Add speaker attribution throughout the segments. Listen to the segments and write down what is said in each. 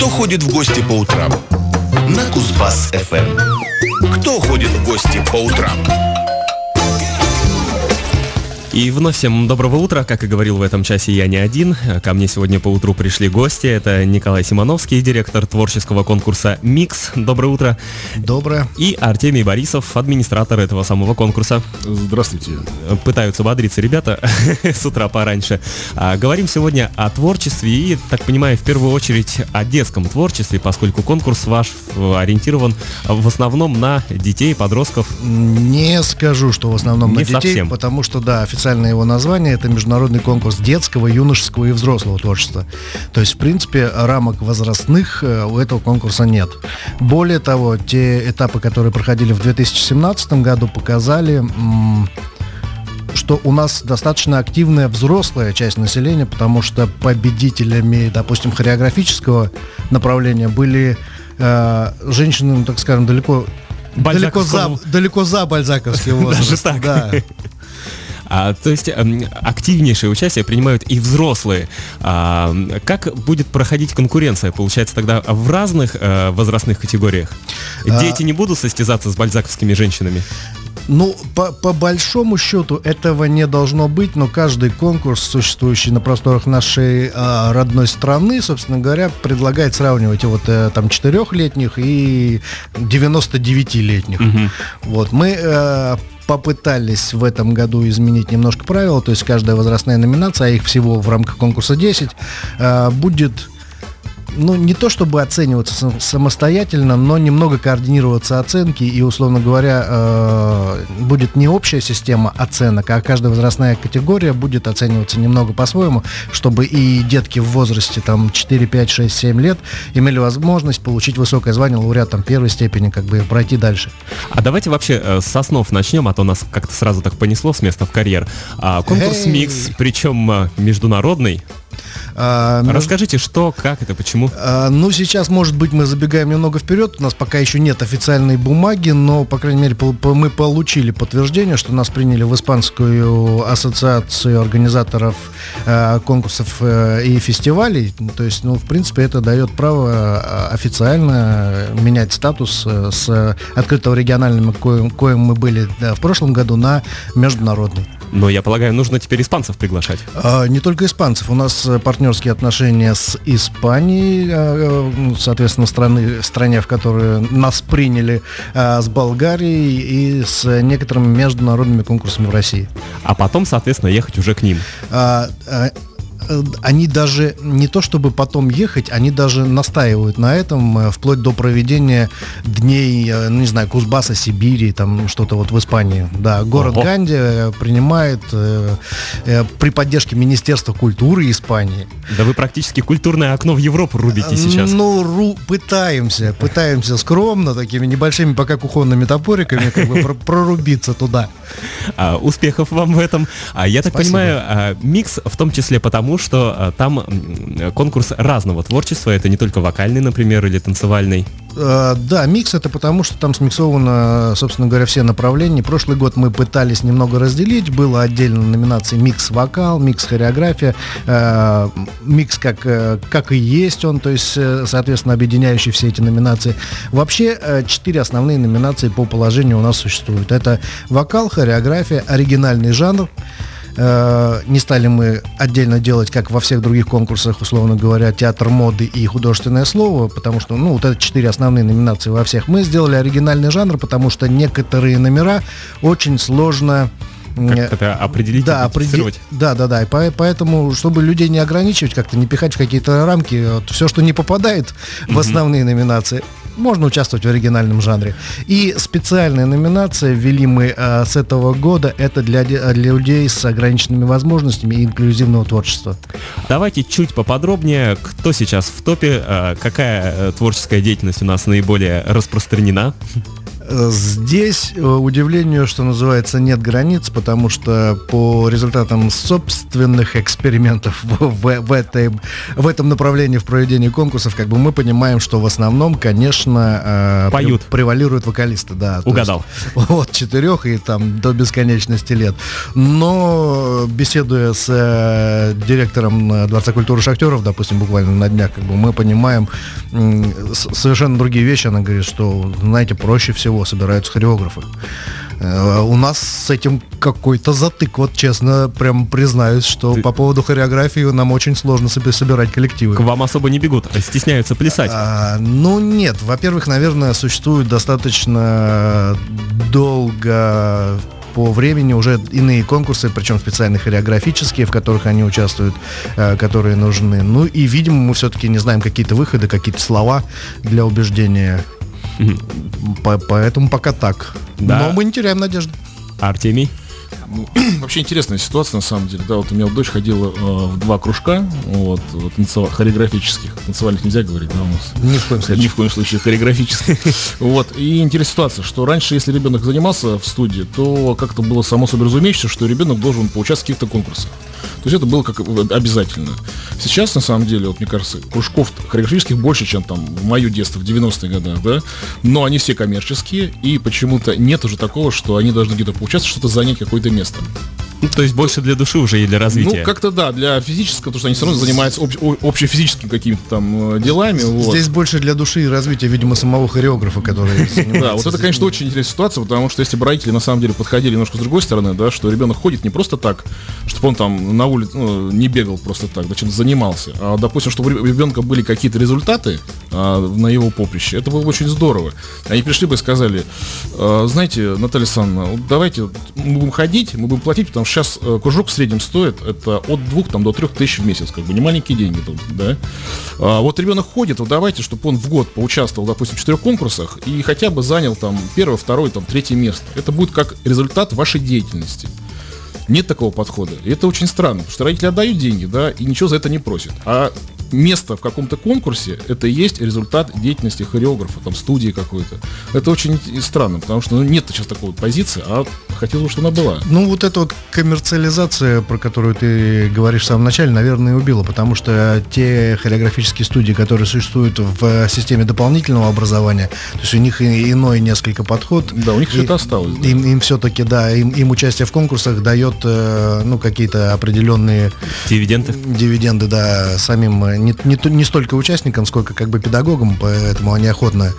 Speaker 1: Кто ходит в гости по утрам? На Кузбасс-ФМ. Кто ходит в гости по утрам?
Speaker 2: И вновь всем доброго утра. Как и говорил в этом часе, я не один. Ко мне сегодня поутру пришли гости. Это Николай Симоновский, директор творческого конкурса «Микс». Доброе утро.
Speaker 3: Доброе.
Speaker 2: И Артемий Борисов, администратор этого самого конкурса.
Speaker 4: Здравствуйте.
Speaker 2: Пытаются бодриться ребята с утра пораньше. Говорим сегодня о творчестве и, так понимаю, в первую очередь о детском творчестве, поскольку конкурс ваш ориентирован в основном на детей, подростков.
Speaker 3: Не скажу, что в основном на детей,
Speaker 2: совсем.
Speaker 3: Потому что, да, официальное его название — это международный конкурс детского, юношеского и взрослого творчества. То есть, в принципе, рамок возрастных у этого конкурса нет. Более того, те этапы, которые проходили в 2017 году, показали, что у нас достаточно активная взрослая часть населения, потому что победителями, допустим, хореографического направления были женщины, ну, так скажем, далеко за бальзаковский возраст.
Speaker 2: Даже так?
Speaker 3: Да.
Speaker 2: То есть активнейшее участие принимают и взрослые. Как будет проходить конкуренция, получается, тогда в разных возрастных категориях? Дети не будут состязаться с бальзаковскими женщинами?
Speaker 3: Ну, по большому счету этого не должно быть, но каждый конкурс, существующий на просторах нашей родной страны, собственно говоря, предлагает сравнивать вот там 4-летних и 99-летних.
Speaker 2: Угу.
Speaker 3: Вот, мы попытались в этом году изменить немножко правила, то есть каждая возрастная номинация, а их всего в рамках конкурса 10, будет, ну, не то чтобы оцениваться самостоятельно, но немного координироваться оценки, и, условно говоря, будет не общая система оценок, а каждая возрастная категория будет оцениваться немного по-своему, чтобы и детки в возрасте там 4, 5, 6, 7 лет имели возможность получить высокое звание лауреата там первой степени, как бы пройти дальше.
Speaker 2: А давайте вообще с основ начнем, а то нас как-то сразу так понесло с места в карьер. Конкурс «Микс», причем международный. Расскажите, что, как это, почему?
Speaker 3: Ну, сейчас, может быть, мы забегаем немного вперед. У нас пока еще нет официальной бумаги, но, по крайней мере, мы получили подтверждение, что нас приняли в Испанскую ассоциацию организаторов конкурсов и фестивалей. То есть, ну, в принципе, это дает право официально менять статус с открытого регионального, коим мы были в прошлом году, на международный.
Speaker 2: Но, я полагаю, нужно теперь испанцев приглашать.
Speaker 3: Не только испанцев. У нас партнерские отношения с Испанией, соответственно, стране, в которой нас приняли, с Болгарией и с некоторыми международными конкурсами в России.
Speaker 2: А потом, соответственно, ехать уже к ним.
Speaker 3: Они даже не то чтобы потом ехать, они даже настаивают на этом, вплоть до проведения дней, не знаю, Кузбасса, Сибири, там что-то вот в Испании. Да, город Ганди принимает при поддержке Министерства культуры Испании.
Speaker 2: Да вы практически культурное окно в Европу рубите сейчас.
Speaker 3: Ну, пытаемся скромно, такими небольшими пока кухонными топориками как бы прорубиться туда.
Speaker 2: Успехов вам в этом. Я так понимаю, «Микс» в том числе потому, что там конкурс разного творчества. Это не только вокальный, например, или танцевальный.
Speaker 3: Да, «Микс» — это потому, что там смиксовано, собственно говоря, все направления. Прошлый год мы пытались немного разделить. Было отдельно номинации «Микс-вокал», «Микс-хореография», «Микс» как и есть он, то есть, соответственно, объединяющий все эти номинации. Вообще, 4 основные номинации по положению у нас существуют. Это вокал, хореография, оригинальный жанр. Не стали мы отдельно делать, как во всех других конкурсах, условно говоря, театр моды и художественное слово, потому что, ну, вот это 4 основные номинации во всех. Мы сделали оригинальный жанр, потому что некоторые номера очень сложно
Speaker 2: как это определить,
Speaker 3: да, Да. И поэтому, чтобы людей не ограничивать, как-то не пихать в какие-то рамки, вот, все, что не попадает в основные номинации, можно участвовать в оригинальном жанре. И специальная номинация ввели мы с этого года, это для людей с ограниченными возможностями и инклюзивного творчества.
Speaker 2: Давайте чуть поподробнее, кто сейчас в топе, какая творческая деятельность у нас наиболее распространена?
Speaker 3: Здесь, удивлению, что называется, нет границ, потому что по результатам собственных экспериментов в этом направлении в проведении конкурсов, как бы мы понимаем, что в основном, конечно,
Speaker 2: поют.
Speaker 3: Превалируют вокалисты, да.
Speaker 2: Угадал.
Speaker 3: От 4 и там до бесконечности лет. Но беседуя с директором Дворца культуры шахтеров, допустим, буквально на днях, как бы мы понимаем совершенно другие вещи. Она говорит, что, знаете, проще всего собираются хореографы. У нас с этим какой-то затык, вот честно, прям признаюсь, что по поводу хореографии нам очень сложно собирать коллективы.
Speaker 2: К вам особо не бегут, стесняются плясать.
Speaker 3: Ну нет, во-первых, наверное, существует достаточно долго по времени уже иные конкурсы, причем специальные хореографические, в которых они участвуют, которые нужны. Ну и, видимо, мы все-таки не знаем какие-то выходы, какие-то слова для убеждения. Поэтому пока так. Да. Но мы не теряем надежды.
Speaker 2: Артемий?
Speaker 4: Вообще интересная ситуация, на самом деле. Да, вот у меня дочь ходила в 2 кружка, вот хореографических. Танцевальных нельзя говорить, да, у нас?
Speaker 3: Ни в коем случае.
Speaker 4: Ни в коем случае, хореографических. Вот. И интересная ситуация, что раньше, если ребенок занимался в студии, то как-то было само собой разумеющееся, что ребенок должен поучаствовать в каких-то конкурсах. То есть это было как обязательно. Сейчас, на самом деле, вот мне кажется, кружков хореографических больше, чем там в мое детство, в 90-х годах, да, но они все коммерческие, и почему-то нет уже такого, что они должны где-то поучаствовать, что-то занять какое-то место.
Speaker 2: Ну, то есть больше для души уже и для развития.
Speaker 4: Ну, как-то да, для физического, потому что они все равно занимаются общефизическими какими-то там делами.
Speaker 3: Здесь вот. Больше для души и развития, видимо, самого хореографа, который
Speaker 4: да, вот это, конечно, очень интересная ситуация, потому что если бы родители на самом деле подходили немножко с другой стороны, да, что ребенок ходит не просто так, чтобы он там на улице не бегал просто так, да, чем-то занимался, а, допустим, чтобы у ребенка были какие-то результаты на его поприще, это было бы очень здорово. Они пришли бы и сказали: знаете, Наталья Александровна, вот давайте мы будем ходить, мы будем платить, потому что сейчас кружок в среднем стоит это от 2 там, до 3 тысяч в месяц, как бы не маленькие деньги тут, да. Вот ребенок ходит, вот давайте, чтобы он в год поучаствовал, допустим, в 4 конкурсах и хотя бы занял там 1, 2, там 3 место. Это будет как результат вашей деятельности. Нет такого подхода. И это очень странно, потому что родители отдают деньги, да, и ничего за это не просят. А место в каком-то конкурсе — это и есть результат деятельности хореографа, там, студии какой-то. Это очень странно, потому что нет сейчас такой позиции, а хотелось бы, чтобы она была.
Speaker 3: Ну, вот эта вот коммерциализация, про которую ты говоришь в самом начале, наверное, и убила, потому что те хореографические студии, которые существуют в системе дополнительного образования, то есть у них иной несколько подход.
Speaker 4: Да, у них все это осталось. Да.
Speaker 3: Им все-таки, да, им участие в конкурсах дает, ну, какие-то определенные дивиденды, да, самим не столько участникам, сколько как бы педагогам, поэтому они охотно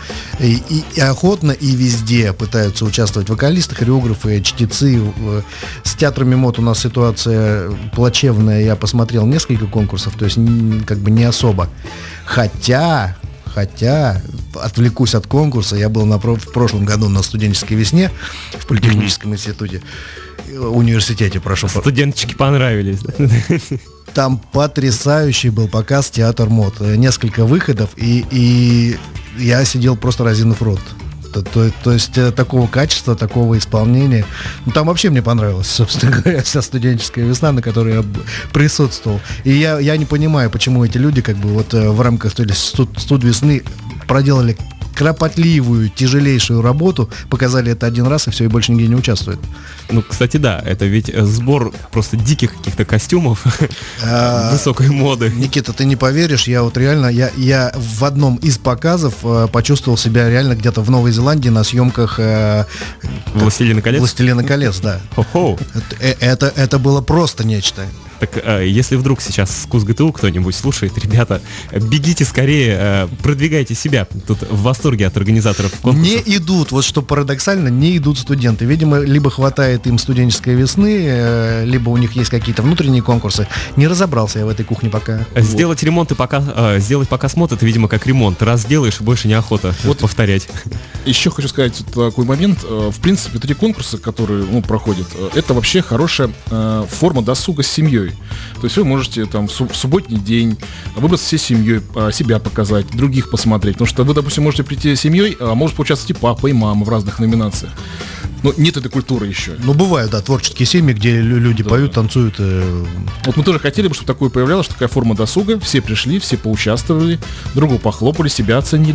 Speaker 3: и везде пытаются участвовать вокалисты, хореографы, чтецы. С театрами МОД у нас ситуация плачевная. Я посмотрел несколько конкурсов, то есть как бы не особо. Хотя, отвлекусь от конкурса, я был в прошлом году на студенческой весне в Политехническом университете, прошу.
Speaker 2: Студенточки понравились.
Speaker 3: Там потрясающий был показ «Театр МОД». Несколько выходов, и я сидел просто разинув рот. То есть такого качества, такого исполнения. Ну, там вообще мне понравилась, собственно говоря, вся студенческая весна, на которой я присутствовал. И я не понимаю, почему эти люди как бы вот в рамках студ весны проделали кропотливую, тяжелейшую работу, показали это один раз и все, и больше нигде не участвуют.
Speaker 2: Ну, кстати, да, это ведь сбор просто диких каких-то костюмов высокой моды.
Speaker 3: Никита, ты не поверишь, я вот реально, я в одном из показов почувствовал себя реально где-то в Новой Зеландии на съемках
Speaker 2: «Властелина колец».
Speaker 3: «Властелина колец», да.
Speaker 2: Хо-хо.
Speaker 3: Это было просто нечто.
Speaker 2: Так, если вдруг сейчас с КУС-ГТУ кто-нибудь слушает, ребята, бегите скорее, продвигайте себя. Тут в восторге от организаторов конкурсов.
Speaker 3: Не идут, вот что парадоксально, не идут студенты. Видимо, либо хватает им студенческой весны, либо у них есть какие-то внутренние конкурсы. Не разобрался я в этой кухне пока.
Speaker 2: Сделать ремонт и сделать показ МОД — это, видимо, как ремонт. Раз сделаешь, больше неохота повторять.
Speaker 4: Еще хочу сказать такой момент. В принципе, вот эти конкурсы, которые проходят, это вообще хорошая форма досуга с семьей. То есть вы можете там в субботний день выбраться всей семьей, себя показать, других посмотреть. Потому что вы, допустим, можете прийти с семьей, а может поучаствовать и папа, и мама в разных номинациях. Но нет этой культуры еще.
Speaker 3: Ну, бывают, да, творческие семьи, где люди поют, танцуют.
Speaker 4: Вот мы тоже хотели бы, чтобы такое появлялось, что такая форма досуга. Все пришли, все поучаствовали, другу похлопали, себя оценили,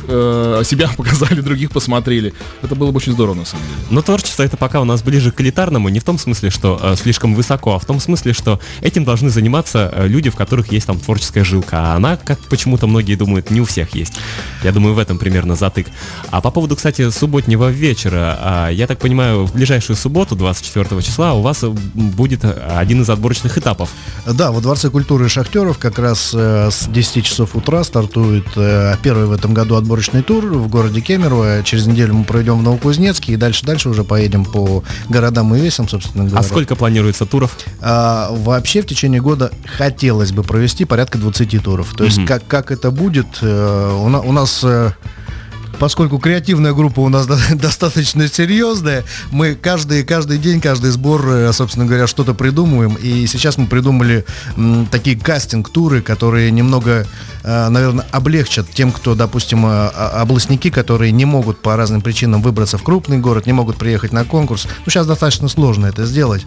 Speaker 4: себя показали, других посмотрели. Это было бы очень здорово, на самом деле.
Speaker 2: Но творчество это пока у нас ближе к элитарному, не в том смысле, что слишком высоко, а в том смысле, что этим должны заниматься люди, в которых есть там творческая жилка. А она, как почему-то многие думают, не у всех есть. Я думаю, в этом примерно затык. А по поводу, кстати, субботнего вечера, я так понимаю, в ближайшую субботу, 24 числа, у вас будет один из отборочных этапов.
Speaker 3: Да, во Дворце культуры Шахтеров как раз с 10 часов утра стартует первый в этом году отборочный тур в городе Кемерово. Через неделю мы пройдем в Новокузнецке и дальше уже поедем по городам и весям, собственно говоря.
Speaker 2: А сколько планируется туров?
Speaker 3: Вообще в течение года хотелось бы провести порядка 20 туров. То есть как это будет, у нас... Поскольку креативная группа у нас достаточно серьезная, мы каждый день, каждый сбор, собственно говоря, что-то придумываем. И сейчас мы придумали такие кастинг-туры, которые немного, наверное, облегчат тем, кто, допустим, областники, которые не могут по разным причинам выбраться в крупный город, не могут приехать на конкурс. Ну, сейчас достаточно сложно это сделать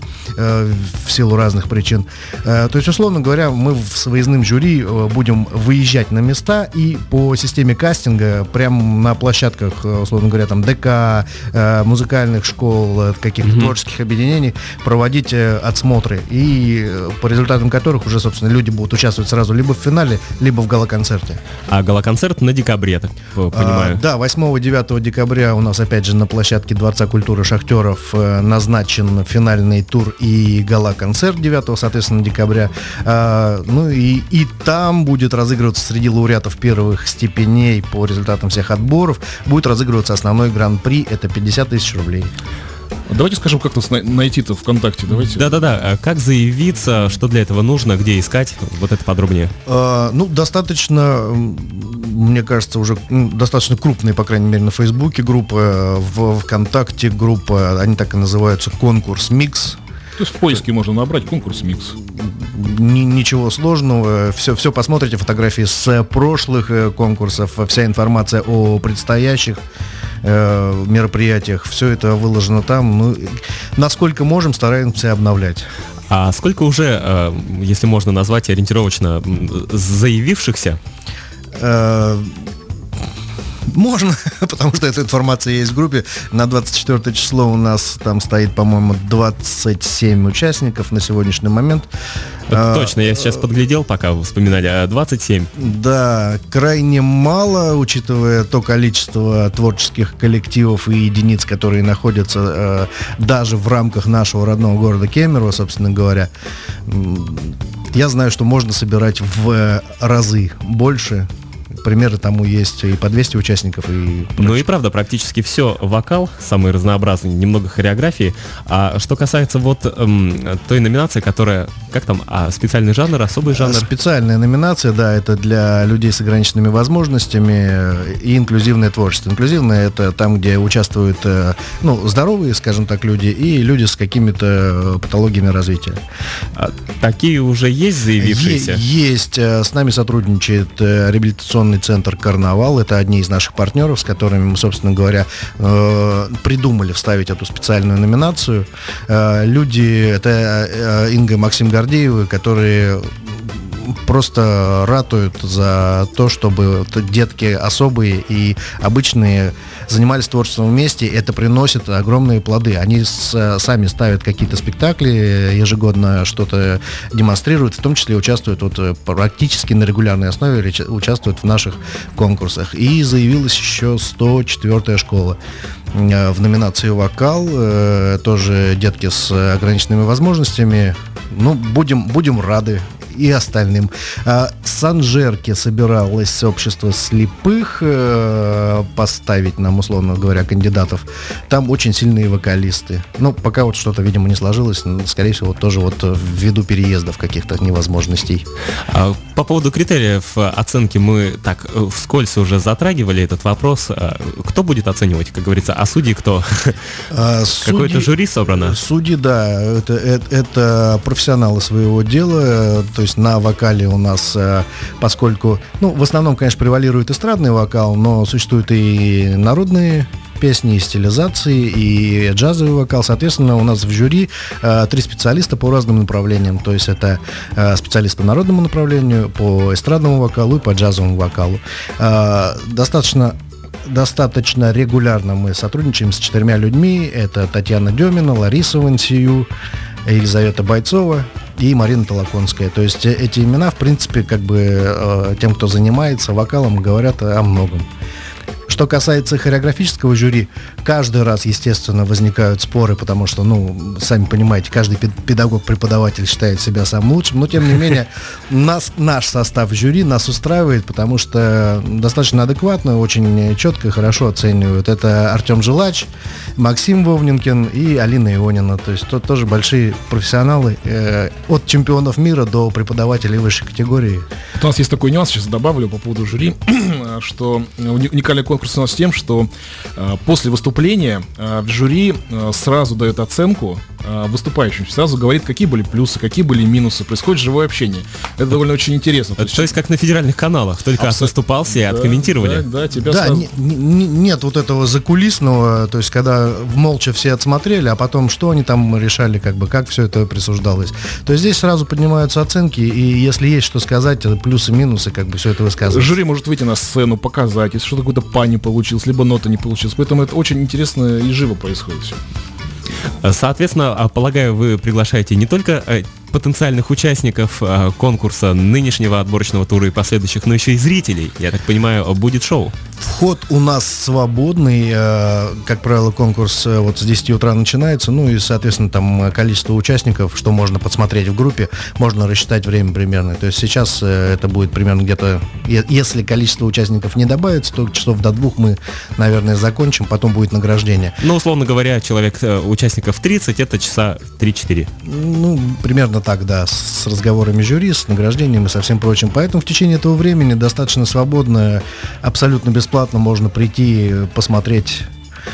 Speaker 3: в силу разных причин. То есть, условно говоря, мы с выездным жюри будем выезжать на места и по системе кастинга прямо на площадках, условно говоря, там ДК, музыкальных школ, каких-то творческих объединений проводить отсмотры, и по результатам которых уже, собственно, люди будут участвовать сразу либо в финале, либо в гала-концерте.
Speaker 2: А гала-концерт на декабре, я так понимаю?
Speaker 3: Да, 8-9 декабря у нас опять же на площадке Дворца культуры Шахтеров назначен финальный тур и гала-концерт 9, соответственно, декабря. Ну и там будет разыгрываться среди лауреатов первых степеней по результатам всех отборов будет разыгрываться основной гран-при, это 50 тысяч рублей.
Speaker 4: Давайте скажем, как нас найти-то ВКонтакте, давайте.
Speaker 2: Да-да-да, как заявиться, что для этого нужно, где искать, вот это подробнее.
Speaker 3: Ну, достаточно, мне кажется, уже достаточно крупные, по крайней мере, на Фейсбуке группа, в ВКонтакте группа, они так и называются, «Конкурс Микс».
Speaker 4: То есть в поиске можно набрать «Конкурс Микс».
Speaker 3: Ничего сложного, все посмотрите, фотографии с прошлых конкурсов, вся информация о предстоящих мероприятиях, все это выложено там. Ну, насколько можем, стараемся обновлять.
Speaker 2: А сколько уже, если можно назвать ориентировочно, заявившихся?
Speaker 3: Можно, потому что эта информация есть в группе. На 24 число у нас там стоит, по-моему, 27 участников на сегодняшний момент.
Speaker 2: Точно, я сейчас подглядел, пока вы вспоминали, 27.
Speaker 3: Да, крайне мало, учитывая то количество творческих коллективов и единиц, которые находятся даже в рамках нашего родного города Кемерово, собственно говоря. Я знаю, что можно собирать в разы больше. Примеры тому есть и по 200 участников, и прочее.
Speaker 2: Ну и правда, практически все вокал, самый разнообразный, немного хореографии. А что касается вот той номинации, которая, как там, специальный жанр, особый жанр?
Speaker 3: Специальная номинация, да, это для людей с ограниченными возможностями и инклюзивное творчество. Инклюзивное — это там, где участвуют, здоровые, скажем так, люди и люди с какими-то патологиями развития.
Speaker 2: Такие уже есть заявившиеся?
Speaker 3: Есть. С нами сотрудничает реабилитационный центр «Карнавал». Это одни из наших партнеров, с которыми мы, собственно говоря, придумали вставить эту специальную номинацию. Люди, это Инга и Максим Гордеевы, которые просто ратуют за то, чтобы детки особые и обычные занимались творчеством вместе. Это приносит огромные плоды. Они сами ставят какие-то спектакли, ежегодно что-то демонстрируют, в том числе участвуют практически на регулярной основе, участвуют в наших конкурсах. И заявилась еще 104-я школа в номинации «Вокал». Тоже детки с ограниченными возможностями. Будем рады и остальным. Санжерке собиралось общество слепых поставить нам, условно говоря, кандидатов. Там очень сильные вокалисты. Пока вот что-то, видимо, не сложилось. Скорее всего, тоже ввиду переездов каких-то невозможностей.
Speaker 2: По поводу критериев оценки мы так вскользь уже затрагивали этот вопрос. Кто будет оценивать, как говорится, а судьи кто? Какое-то жюри собрано?
Speaker 3: Судьи, да, это профессионалы своего дела. То есть на вокале у нас, поскольку, в основном, конечно, превалирует эстрадный вокал, но существуют и народные песни, и стилизации, и джазовый вокал. Соответственно, у нас в жюри 3 специалиста по разным направлениям. То есть это специалист по народному направлению, по эстрадному вокалу и по джазовому вокалу. Достаточно регулярно мы сотрудничаем с 4 людьми. Это Татьяна Демина, Лариса Вансию, Елизавета Бойцова и Марина Толоконская. То есть эти имена, в принципе, как бы тем, кто занимается вокалом, говорят о многом. Что касается хореографического жюри, каждый раз, естественно, возникают споры, потому что, сами понимаете, каждый педагог-преподаватель считает себя самым лучшим, но, тем не менее, наш состав жюри нас устраивает, потому что достаточно адекватно, очень четко и хорошо оценивают. Это Артем Жилач, Максим Вовненкин и Алина Ионина. То есть тут тоже большие профессионалы, от чемпионов мира до преподавателей высшей категории.
Speaker 4: У нас есть такой нюанс, сейчас добавлю по поводу жюри, что уникальный конкурс у нас тем, что после выступления в жюри сразу дает оценку выступающим, сразу говорит, какие были плюсы, какие были минусы, происходит живое общение. Это довольно очень интересно.
Speaker 2: То есть как на федеральных каналах, только выступался и откомментировали.
Speaker 4: Да, тебя
Speaker 3: да,
Speaker 4: сразу...
Speaker 3: нет вот этого закулисного, то есть когда молча все отсмотрели, а потом что они там решали, как все это присуждалось. То есть здесь сразу поднимаются оценки, и если есть что сказать, плюсы, минусы, все это высказывается.
Speaker 4: Жюри может выйти на сцену, показать, если что-то какой-то па не получилось, либо нота не получилась. Поэтому это очень интересно и живо происходит все.
Speaker 2: Соответственно, полагаю, вы приглашаете не только потенциальных участников конкурса нынешнего отборочного тура и последующих, но еще и зрителей. Я так понимаю, будет шоу.
Speaker 3: Вход у нас свободный, как правило, конкурс вот с 10 утра начинается, и, соответственно, там количество участников, что можно подсмотреть в группе, можно рассчитать время примерно. То есть сейчас это будет примерно где-то, если количество участников не добавится, то часов до 2 мы, наверное, закончим, потом будет награждение.
Speaker 2: Условно говоря, участников 30, это часа 3-4.
Speaker 3: Примерно так, да, с разговорами жюри, с награждением и со всем прочим. Поэтому в течение этого времени достаточно свободно, абсолютно бесплатно можно прийти, посмотреть,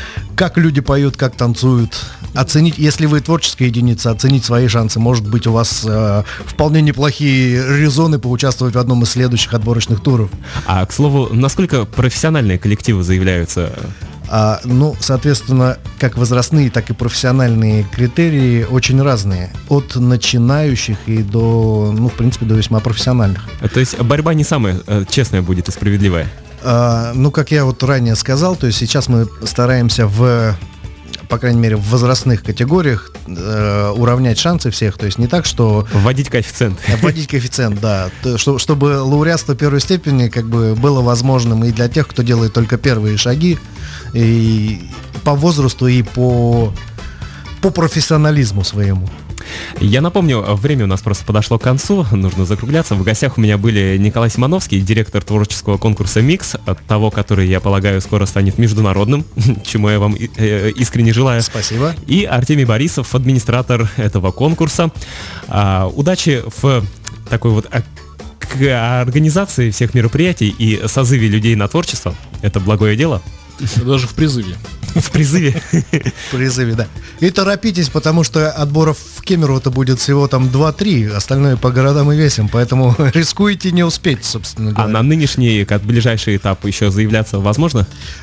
Speaker 3: как люди поют, как танцуют, оценить, если вы творческая единица, оценить свои шансы. Может быть, у вас вполне неплохие резоны поучаствовать в одном из следующих отборочных туров.
Speaker 2: А, к слову, насколько профессиональные коллективы заявляются?
Speaker 3: Соответственно, как возрастные, так и профессиональные критерии очень разные. От начинающих и до, в принципе, до весьма профессиональных.
Speaker 2: То есть борьба не самая честная будет и справедливая?
Speaker 3: Как я вот ранее сказал, то есть сейчас мы стараемся по крайней мере, в возрастных категориях уравнять шансы всех. То есть не так, что...
Speaker 2: Вводить коэффициент.
Speaker 3: Вводить коэффициент, да. Чтобы лауреатство первой степени было возможным и для тех, кто делает только первые шаги, и по возрасту, и по профессионализму своему.
Speaker 2: Я напомню, время у нас просто подошло к концу, нужно закругляться. В гостях у меня были Николай Симоновский, директор творческого конкурса «Микс», того, который, я полагаю, скоро станет международным, чему я вам искренне желаю.
Speaker 3: Спасибо.
Speaker 2: И Артемий Борисов, администратор этого конкурса. Удачи в такой вот организации всех мероприятий и созыве людей на творчество. Это благое дело.
Speaker 4: Даже в призыве.
Speaker 2: В призыве?
Speaker 3: В призыве, да. И торопитесь, потому что отборов в Кемерово-то будет всего там 2-3, остальное по городам и весям, поэтому рискуете не успеть, собственно говоря.
Speaker 2: А на нынешний, как ближайший этап, еще заявляться возможно?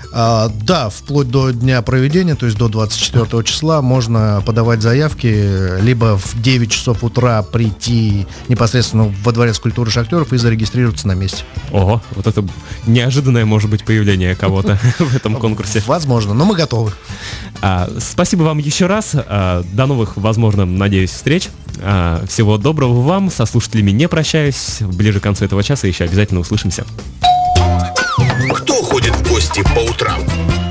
Speaker 3: Да, вплоть до дня проведения, то есть до 24 числа можно подавать заявки, либо в 9 часов утра прийти непосредственно во Дворец культуры Шахтеров и зарегистрироваться на месте.
Speaker 2: Ого, вот это неожиданное может быть появление кого-то в этом конкурсе.
Speaker 3: Возможно, но мы готовы.
Speaker 2: Спасибо вам еще раз. До новых, возможно, надеюсь, встреч. Всего доброго вам. Со слушателями не прощаюсь. Ближе к концу этого часа еще обязательно услышимся.
Speaker 1: Кто ходит в гости по утрам?